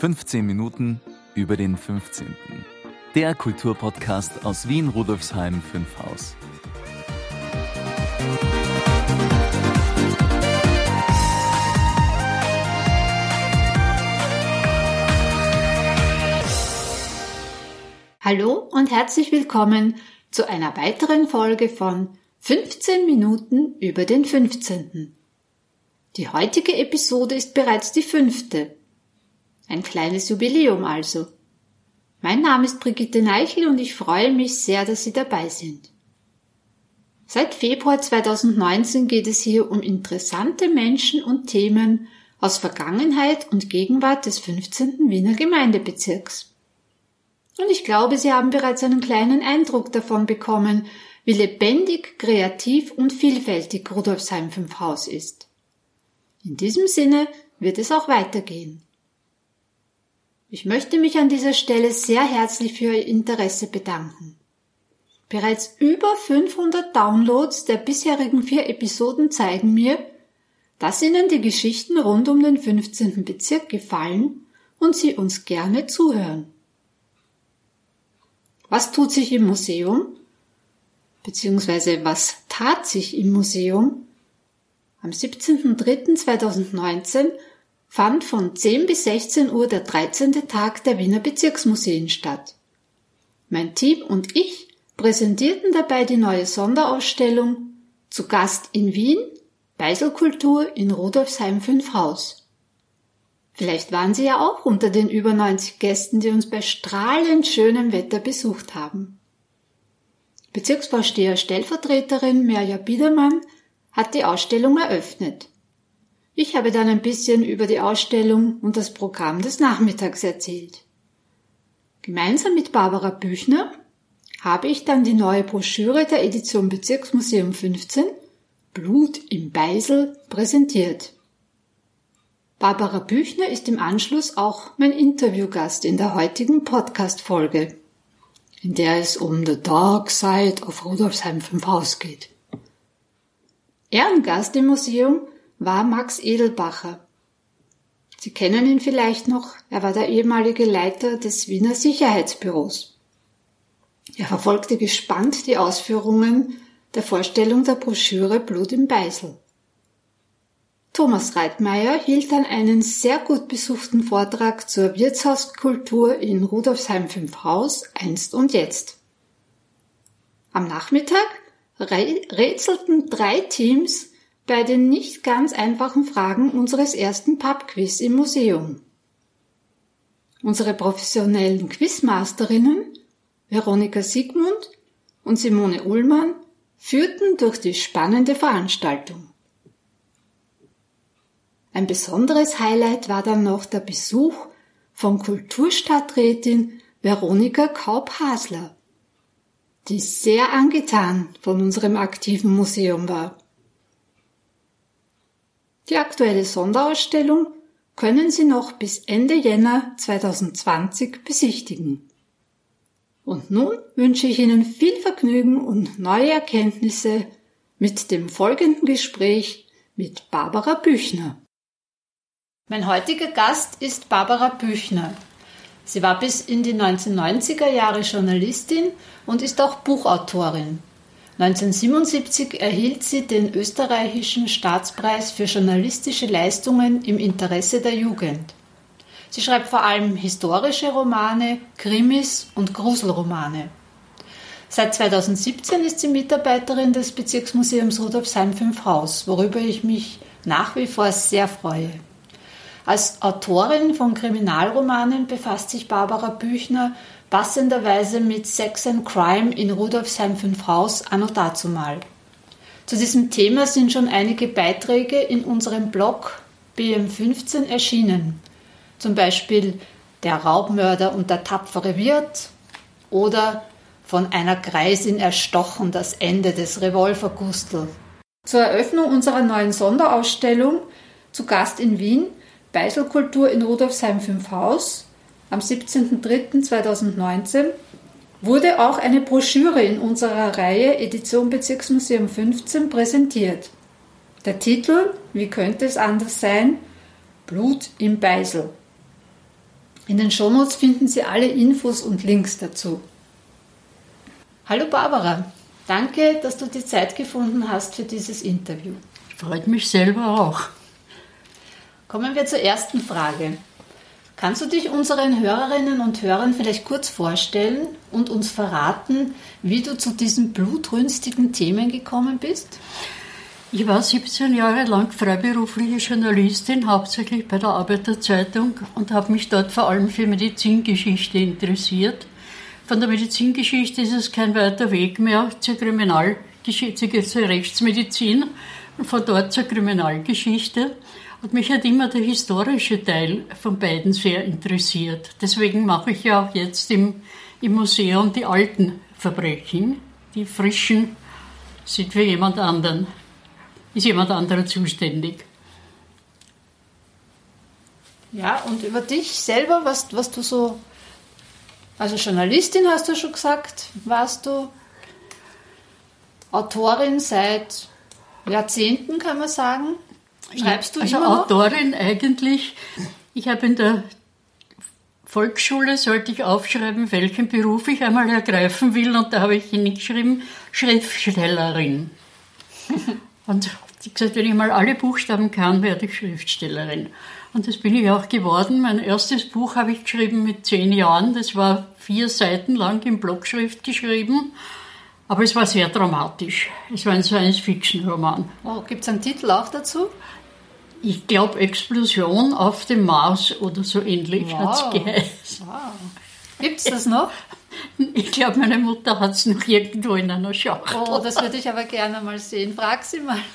15 Minuten über den 15. Der Kulturpodcast aus Wien-Rudolfsheim 5 Haus. Hallo und herzlich willkommen zu einer weiteren Folge von 15 Minuten über den 15. Die heutige Episode ist bereits die 5. Ein kleines Jubiläum also. Mein Name ist Brigitte Neichel und ich freue mich sehr, dass Sie dabei sind. Seit Februar 2019 geht es hier um interessante Menschen und Themen aus Vergangenheit und Gegenwart des 15. Wiener Gemeindebezirks. Und ich glaube, Sie haben bereits einen kleinen Eindruck davon bekommen, wie lebendig, kreativ und vielfältig Rudolfsheim 5 Haus ist. In diesem Sinne wird es auch weitergehen. Ich möchte mich an dieser Stelle sehr herzlich für Ihr Interesse bedanken. Bereits über 500 Downloads der bisherigen 4 Episoden zeigen mir, dass Ihnen die Geschichten rund um den 15. Bezirk gefallen und Sie uns gerne zuhören. Was tut sich im Museum? Beziehungsweise was tat sich im Museum? Am 17.03.2019 fand von 10 bis 16 Uhr der 13. Tag der Wiener Bezirksmuseen statt. Mein Team und ich präsentierten dabei die neue Sonderausstellung Zu Gast in Wien, Beiselkultur in Rudolfsheim 5 Haus. Vielleicht waren Sie ja auch unter den über 90 Gästen, die uns bei strahlend schönem Wetter besucht haben. Bezirksvorsteher Stellvertreterin Merja Biedermann hat die Ausstellung eröffnet. Ich habe dann ein bisschen über die Ausstellung und das Programm des Nachmittags erzählt. Gemeinsam mit Barbara Büchner habe ich dann die neue Broschüre der Edition Bezirksmuseum 15, Blut im Beisel, präsentiert. Barbara Büchner ist im Anschluss auch mein Interviewgast in der heutigen Podcast-Folge, in der es um The Dark Side of Rudolfsheim 5 Haus geht. Ehrengast im Museum war Max Edelbacher. Sie kennen ihn vielleicht noch, er war der ehemalige Leiter des Wiener Sicherheitsbüros. Er verfolgte gespannt die Ausführungen der Vorstellung der Broschüre Blut im Beisel. Thomas Reitmeier hielt dann einen sehr gut besuchten Vortrag zur Wirtshauskultur in Rudolfsheim 5 Haus, einst und jetzt. Am Nachmittag rätselten 3 Teams bei den nicht ganz einfachen Fragen unseres ersten Pub-Quiz im Museum. Unsere professionellen Quizmasterinnen, Veronika Siegmund und Simone Ullmann, führten durch die spannende Veranstaltung. Ein besonderes Highlight war dann noch der Besuch von Kulturstadträtin Veronika Kaup-Hasler, die sehr angetan von unserem aktiven Museum war. Die aktuelle Sonderausstellung können Sie noch bis Ende Jänner 2020 besichtigen. Und nun wünsche ich Ihnen viel Vergnügen und neue Erkenntnisse mit dem folgenden Gespräch mit Barbara Büchner. Mein heutiger Gast ist Barbara Büchner. Sie war bis in die 1990er Jahre Journalistin und ist auch Buchautorin. 1977 erhielt sie den österreichischen Staatspreis für journalistische Leistungen im Interesse der Jugend. Sie schreibt vor allem historische Romane, Krimis und Gruselromane. Seit 2017 ist sie Mitarbeiterin des Bezirksmuseums Rudolfsheim 5 Haus, worüber ich mich nach wie vor sehr freue. Als Autorin von Kriminalromanen befasst sich Barbara Büchner passenderweise mit Sex and Crime in Rudolfsheim 5 Haus anno dazumal. Zu diesem Thema sind schon einige Beiträge in unserem Blog BM15 erschienen. Zum Beispiel Der Raubmörder und der tapfere Wirt oder Von einer Greisin erstochen, das Ende des Revolvergustl. Zur Eröffnung unserer neuen Sonderausstellung Zu Gast in Wien, Beiselkultur in Rudolfsheim 5 Haus am 17.03.2019 wurde auch eine Broschüre in unserer Reihe Edition Bezirksmuseum 15 präsentiert. Der Titel, wie könnte es anders sein, Blut im Beisel. In den Shownotes finden Sie alle Infos und Links dazu. Hallo Barbara, danke, dass du die Zeit gefunden hast für dieses Interview. Freut mich selber auch. Kommen wir zur ersten Frage. Kannst du dich unseren Hörerinnen und Hörern vielleicht kurz vorstellen und uns verraten, wie du zu diesen blutrünstigen Themen gekommen bist? Ich war 17 Jahre lang freiberufliche Journalistin, hauptsächlich bei der Arbeiterzeitung und habe mich dort vor allem für Medizingeschichte interessiert. Von der Medizingeschichte ist es kein weiter Weg mehr zur Kriminalgeschichte, zur Rechtsmedizin und von dort zur Kriminalgeschichte. Und mich hat immer der historische Teil von beiden sehr interessiert. Deswegen mache ich ja auch jetzt im Museum die alten Verbrechen. Die frischen sind für jemand anderen. Ist jemand anderer zuständig. Ja, und über dich selber, was du so, also Journalistin hast du schon gesagt, warst du Autorin seit Jahrzehnten, kann man sagen. Schreibst du also immer noch? Autorin eigentlich. Ich habe in der Volksschule, sollte ich aufschreiben, welchen Beruf ich einmal ergreifen will, und da habe ich hingeschrieben, Schriftstellerin. Und ich habe gesagt, wenn ich mal alle Buchstaben kann, werde ich Schriftstellerin. Und das bin ich auch geworden. Mein erstes Buch habe ich geschrieben mit 10 Jahren. Das war 4 Seiten lang in Blockschrift geschrieben. Aber es war sehr dramatisch. Es war ein Science-Fiction-Roman. Oh, gibt es einen Titel auch dazu? Ich glaube, Explosion auf dem Mars oder so ähnlich hat es geheißen. Wow. Gibt es das noch? Ich glaube, meine Mutter hat es noch irgendwo in einer Schachtel. Oh, das würde ich aber gerne mal sehen. Frag sie mal.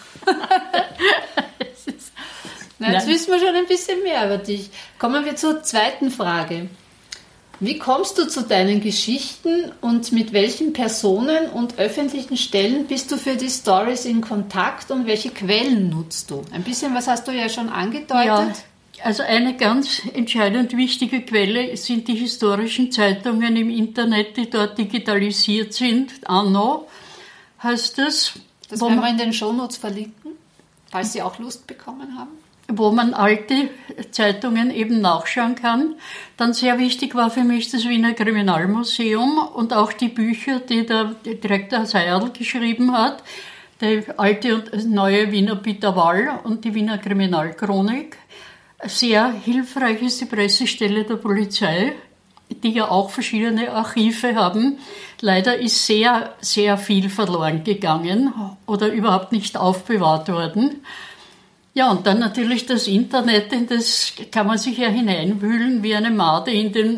Na, jetzt wissen wir schon ein bisschen mehr über dich. Kommen wir zur zweiten Frage. Wie kommst du zu deinen Geschichten und mit welchen Personen und öffentlichen Stellen bist du für die Stories in Kontakt und welche Quellen nutzt du? Ein bisschen was hast du ja schon angedeutet. Ja, also eine ganz entscheidend wichtige Quelle sind die historischen Zeitungen im Internet, die dort digitalisiert sind. Anno heißt es. Das werden wir in den Shownotes verlinken, falls Sie auch Lust bekommen haben. Wo man alte Zeitungen eben nachschauen kann. Dann sehr wichtig war für mich das Wiener Kriminalmuseum und auch die Bücher, die der Direktor Seidel geschrieben hat. Die alte und neue Wiener Peter Wall und die Wiener Kriminalchronik. Sehr hilfreich ist die Pressestelle der Polizei, die ja auch verschiedene Archive haben. Leider ist sehr, sehr viel verloren gegangen oder überhaupt nicht aufbewahrt worden. Ja, und dann natürlich das Internet, in das kann man sich ja hineinwühlen wie eine Made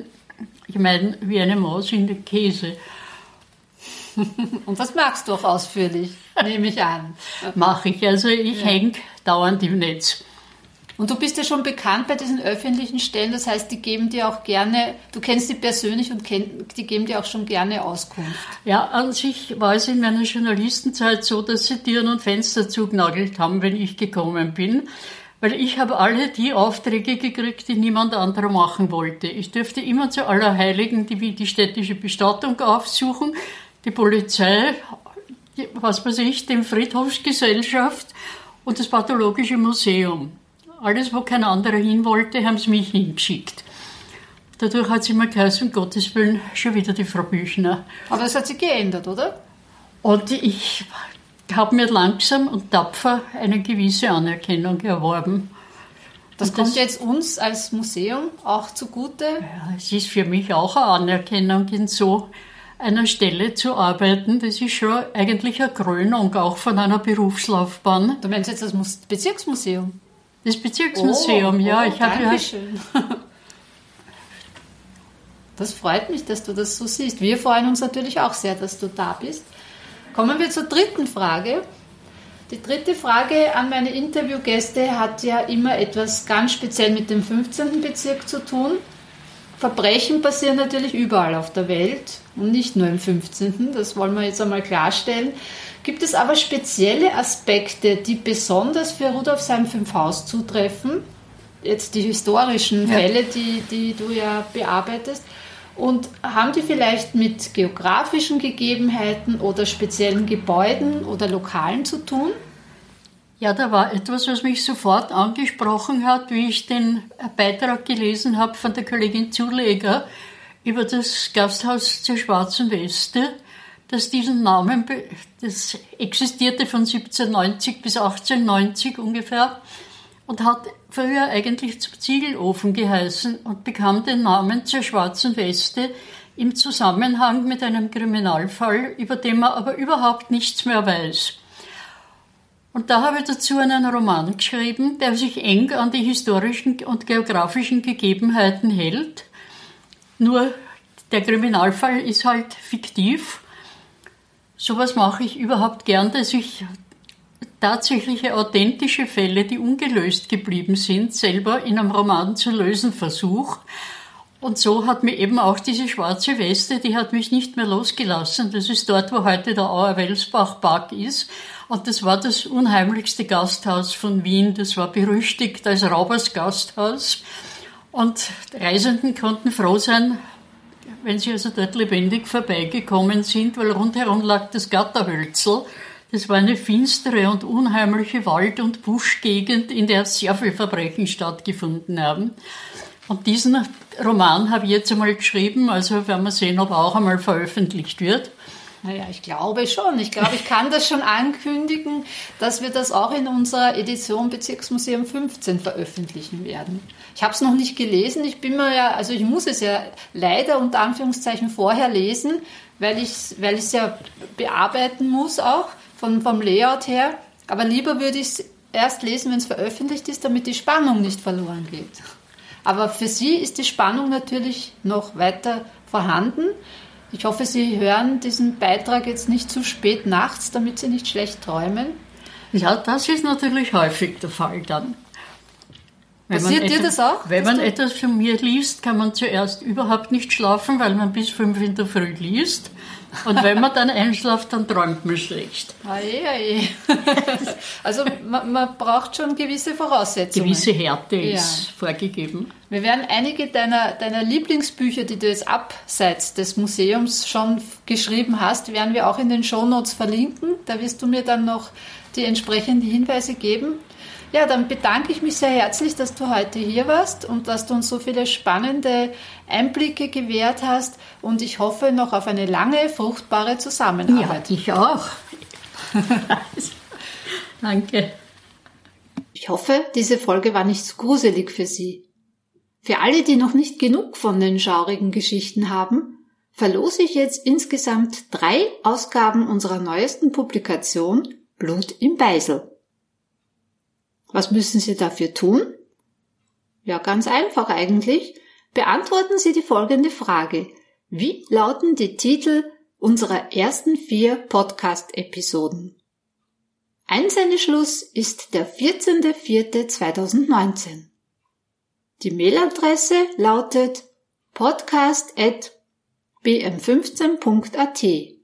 wie eine Maus in den Käse. Und das magst du auch ausführlich, nehme ich an. Mache ich, also ich hänge dauernd im Netz. Und du bist ja schon bekannt bei diesen öffentlichen Stellen, das heißt, die geben dir auch gerne, du kennst die persönlich und die geben dir auch schon gerne Auskunft. Ja, an sich war es in meiner Journalistenzeit so, dass sie Türen und Fenster zugenagelt haben, wenn ich gekommen bin. Weil ich habe alle die Aufträge gekriegt, die niemand anderer machen wollte. Ich durfte immer zu Allerheiligen die städtische Bestattung aufsuchen, die Polizei, was weiß ich, die Friedhofsgesellschaft und das Pathologische Museum. Alles, wo kein anderer hin wollte, haben sie mich hingeschickt. Dadurch hat es immer geheißen, um Gottes Willen, schon wieder die Frau Büchner. Aber das hat sich geändert, oder? Und ich habe mir langsam und tapfer eine gewisse Anerkennung erworben. Das kommt jetzt uns als Museum auch zugute? Ja, es ist für mich auch eine Anerkennung, in so einer Stelle zu arbeiten. Das ist schon eigentlich eine Krönung auch von einer Berufslaufbahn. Du meinst jetzt das Bezirksmuseum? Das Bezirksmuseum, ja. Ich habe danke schön. Das freut mich, dass du das so siehst. Wir freuen uns natürlich auch sehr, dass du da bist. Kommen wir zur dritten Frage. Die dritte Frage an meine Interviewgäste hat ja immer etwas ganz speziell mit dem 15. Bezirk zu tun. Verbrechen passieren natürlich überall auf der Welt und nicht nur im 15. Das wollen wir jetzt einmal klarstellen. Gibt es aber spezielle Aspekte, die besonders für Rudolfsheim 5 Haus zutreffen? Jetzt die historischen Fälle, die du ja bearbeitest. Und haben die vielleicht mit geografischen Gegebenheiten oder speziellen Gebäuden oder Lokalen zu tun? Ja, da war etwas, was mich sofort angesprochen hat, wie ich den Beitrag gelesen habe von der Kollegin Zuleger über das Gasthaus zur Schwarzen Weste, das diesen Namen, das existierte von 1790 bis 1890 ungefähr und hat früher eigentlich zum Ziegelofen geheißen und bekam den Namen zur Schwarzen Weste im Zusammenhang mit einem Kriminalfall, über den man aber überhaupt nichts mehr weiß. Und da habe ich dazu einen Roman geschrieben, der sich eng an die historischen und geografischen Gegebenheiten hält. Nur der Kriminalfall ist halt fiktiv. Sowas mache ich überhaupt gern, dass ich tatsächliche, authentische Fälle, die ungelöst geblieben sind, selber in einem Roman zu lösen versuche. Und so hat mir eben auch diese Schwarze Weste, die hat mich nicht mehr losgelassen. Das ist dort, wo heute der Auer-Welsbach-Park ist. Und das war das unheimlichste Gasthaus von Wien. Das war berüchtigt als Raubers Gasthaus. Und Reisenden konnten froh sein, wenn sie also dort lebendig vorbeigekommen sind, weil rundherum lag das Gatterhölzl. Das war eine finstere und unheimliche Wald- und Buschgegend, in der sehr viele Verbrechen stattgefunden haben. Und diesen Roman habe ich jetzt einmal geschrieben, also werden wir sehen, ob er auch einmal veröffentlicht wird. Naja, ich glaube schon. Ich glaube, ich kann das schon ankündigen, dass wir das auch in unserer Edition Bezirksmuseum 15 veröffentlichen werden. Ich habe es noch nicht gelesen. Ich muss es ja leider unter Anführungszeichen vorher lesen, weil ich es ja bearbeiten muss auch vom Layout her. Aber lieber würde ich es erst lesen, wenn es veröffentlicht ist, damit die Spannung nicht verloren geht. Aber für Sie ist die Spannung natürlich noch weiter vorhanden. Ich hoffe, Sie hören diesen Beitrag jetzt nicht zu spät nachts, damit Sie nicht schlecht träumen. Ja, das ist natürlich häufig der Fall dann. Passiert dir das auch? Wenn man etwas von mir liest, kann man zuerst überhaupt nicht schlafen, weil man bis 5 in der Früh liest. Und wenn man dann einschläft, dann träumt man schlecht. Also man braucht schon gewisse Voraussetzungen. Gewisse Härte ist vorgegeben. Wir werden einige deiner Lieblingsbücher, die du jetzt abseits des Museums schon geschrieben hast, werden wir auch in den Shownotes verlinken. Da wirst du mir dann noch die entsprechenden Hinweise geben. Ja, dann bedanke ich mich sehr herzlich, dass du heute hier warst und dass du uns so viele spannende Einblicke gewährt hast. Und ich hoffe noch auf eine lange, fruchtbare Zusammenarbeit. Ja, ich auch. Danke. Ich hoffe, diese Folge war nicht zu gruselig für Sie. Für alle, die noch nicht genug von den schaurigen Geschichten haben, verlose ich jetzt insgesamt 3 Ausgaben unserer neuesten Publikation Blut im Beisel. Was müssen Sie dafür tun? Ja, ganz einfach eigentlich. Beantworten Sie die folgende Frage. Wie lauten die Titel unserer ersten 4 Podcast-Episoden? Einsendeschluss ist der 14.04.2019. Die Mailadresse lautet podcast@bm15.at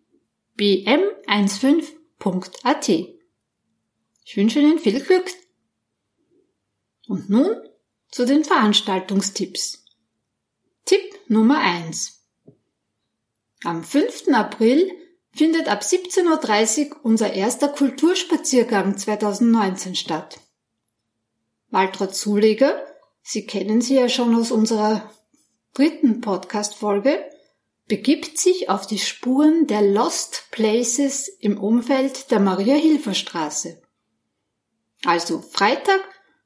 bm15.at. Ich wünsche Ihnen viel Glück. Und nun zu den Veranstaltungstipps. Tipp Nummer 1. Am 5. April findet ab 17.30 Uhr unser erster Kulturspaziergang 2019 statt. Waltraud Zuleger, Sie kennen sie ja schon aus unserer 3. Podcast-Folge, begibt sich auf die Spuren der Lost Places im Umfeld der Maria-Hilfer-Straße. Also Freitag,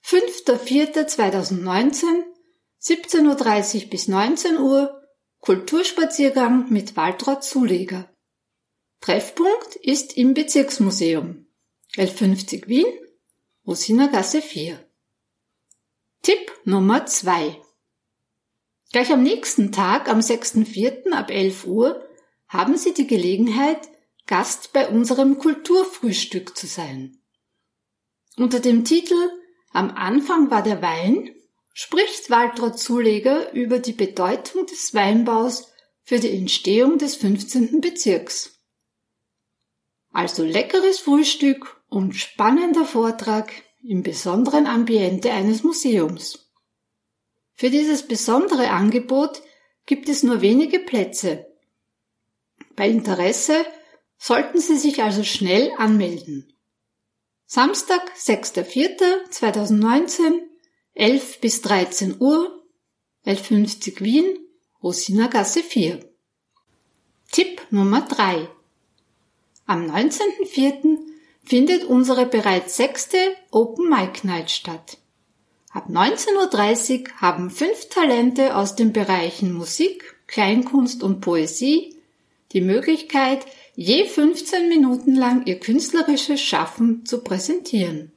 5.04.2019, 17.30 Uhr bis 19 Uhr, Kulturspaziergang mit Waltraud Zuleger. Treffpunkt ist im Bezirksmuseum, L50 Wien, Rosinergasse 4. Tipp Nummer 2. Gleich am nächsten Tag, am 6.04. ab 11 Uhr, haben Sie die Gelegenheit, Gast bei unserem Kulturfrühstück zu sein. Unter dem Titel Am Anfang war der Wein spricht Waltraud Zuleger über die Bedeutung des Weinbaus für die Entstehung des 15. Bezirks. Also leckeres Frühstück und spannender Vortrag im besonderen Ambiente eines Museums. Für dieses besondere Angebot gibt es nur wenige Plätze. Bei Interesse sollten Sie sich also schnell anmelden. Samstag, 6.4.2019, 11 bis 13 Uhr, 11:50 Wien, Rosinergasse 4. Tipp Nummer 3. Am 19.04. findet unsere bereits 6. Open Mic Night statt. Ab 19.30 Uhr haben 5 Talente aus den Bereichen Musik, Kleinkunst und Poesie die Möglichkeit, je 15 Minuten lang ihr künstlerisches Schaffen zu präsentieren.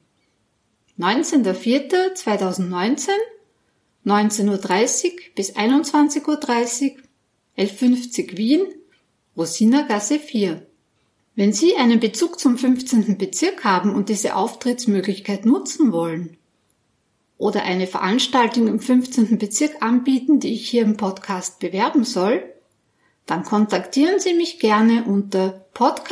19.04.2019, 19.30 Uhr bis 21.30 Uhr, 11:50 Wien, Rosinergasse 4. Wenn Sie einen Bezug zum 15. Bezirk haben und diese Auftrittsmöglichkeit nutzen wollen oder eine Veranstaltung im 15. Bezirk anbieten, die ich hier im Podcast bewerben soll, dann kontaktieren Sie mich gerne unter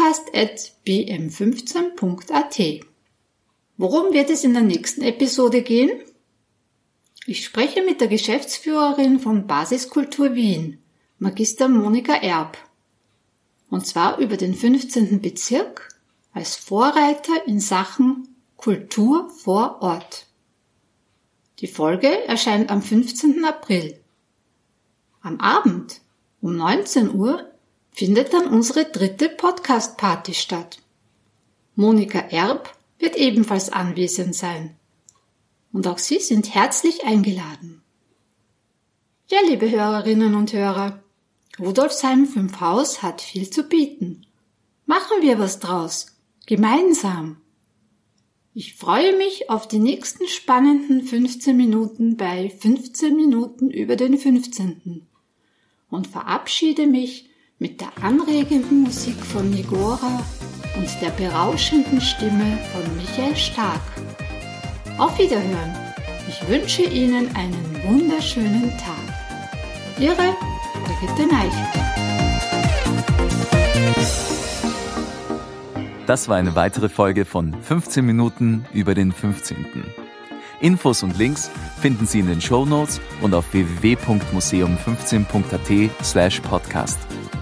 podcast@bm15.at. Worum wird es in der nächsten Episode gehen? Ich spreche mit der Geschäftsführerin von Basiskultur Wien, Magister Monika Erb, und zwar über den 15. Bezirk als Vorreiter in Sachen Kultur vor Ort. Die Folge erscheint am 15. April. Am Abend um 19 Uhr findet dann unsere 3. Podcast-Party statt. Monika Erb wird ebenfalls anwesend sein. Und auch Sie sind herzlich eingeladen. Ja, liebe Hörerinnen und Hörer, Rudolfsheim 5 Haus hat viel zu bieten. Machen wir was draus. Gemeinsam. Ich freue mich auf die nächsten spannenden 15 Minuten bei 15 Minuten über den 15. und verabschiede mich mit der anregenden Musik von Nigora und der berauschenden Stimme von Michael Stark. Auf Wiederhören. Ich wünsche Ihnen einen wunderschönen Tag. Ihre Brigitte Neichel. Das war eine weitere Folge von 15 Minuten über den 15. Infos und Links finden Sie in den Shownotes und auf www.museum15.at/podcast.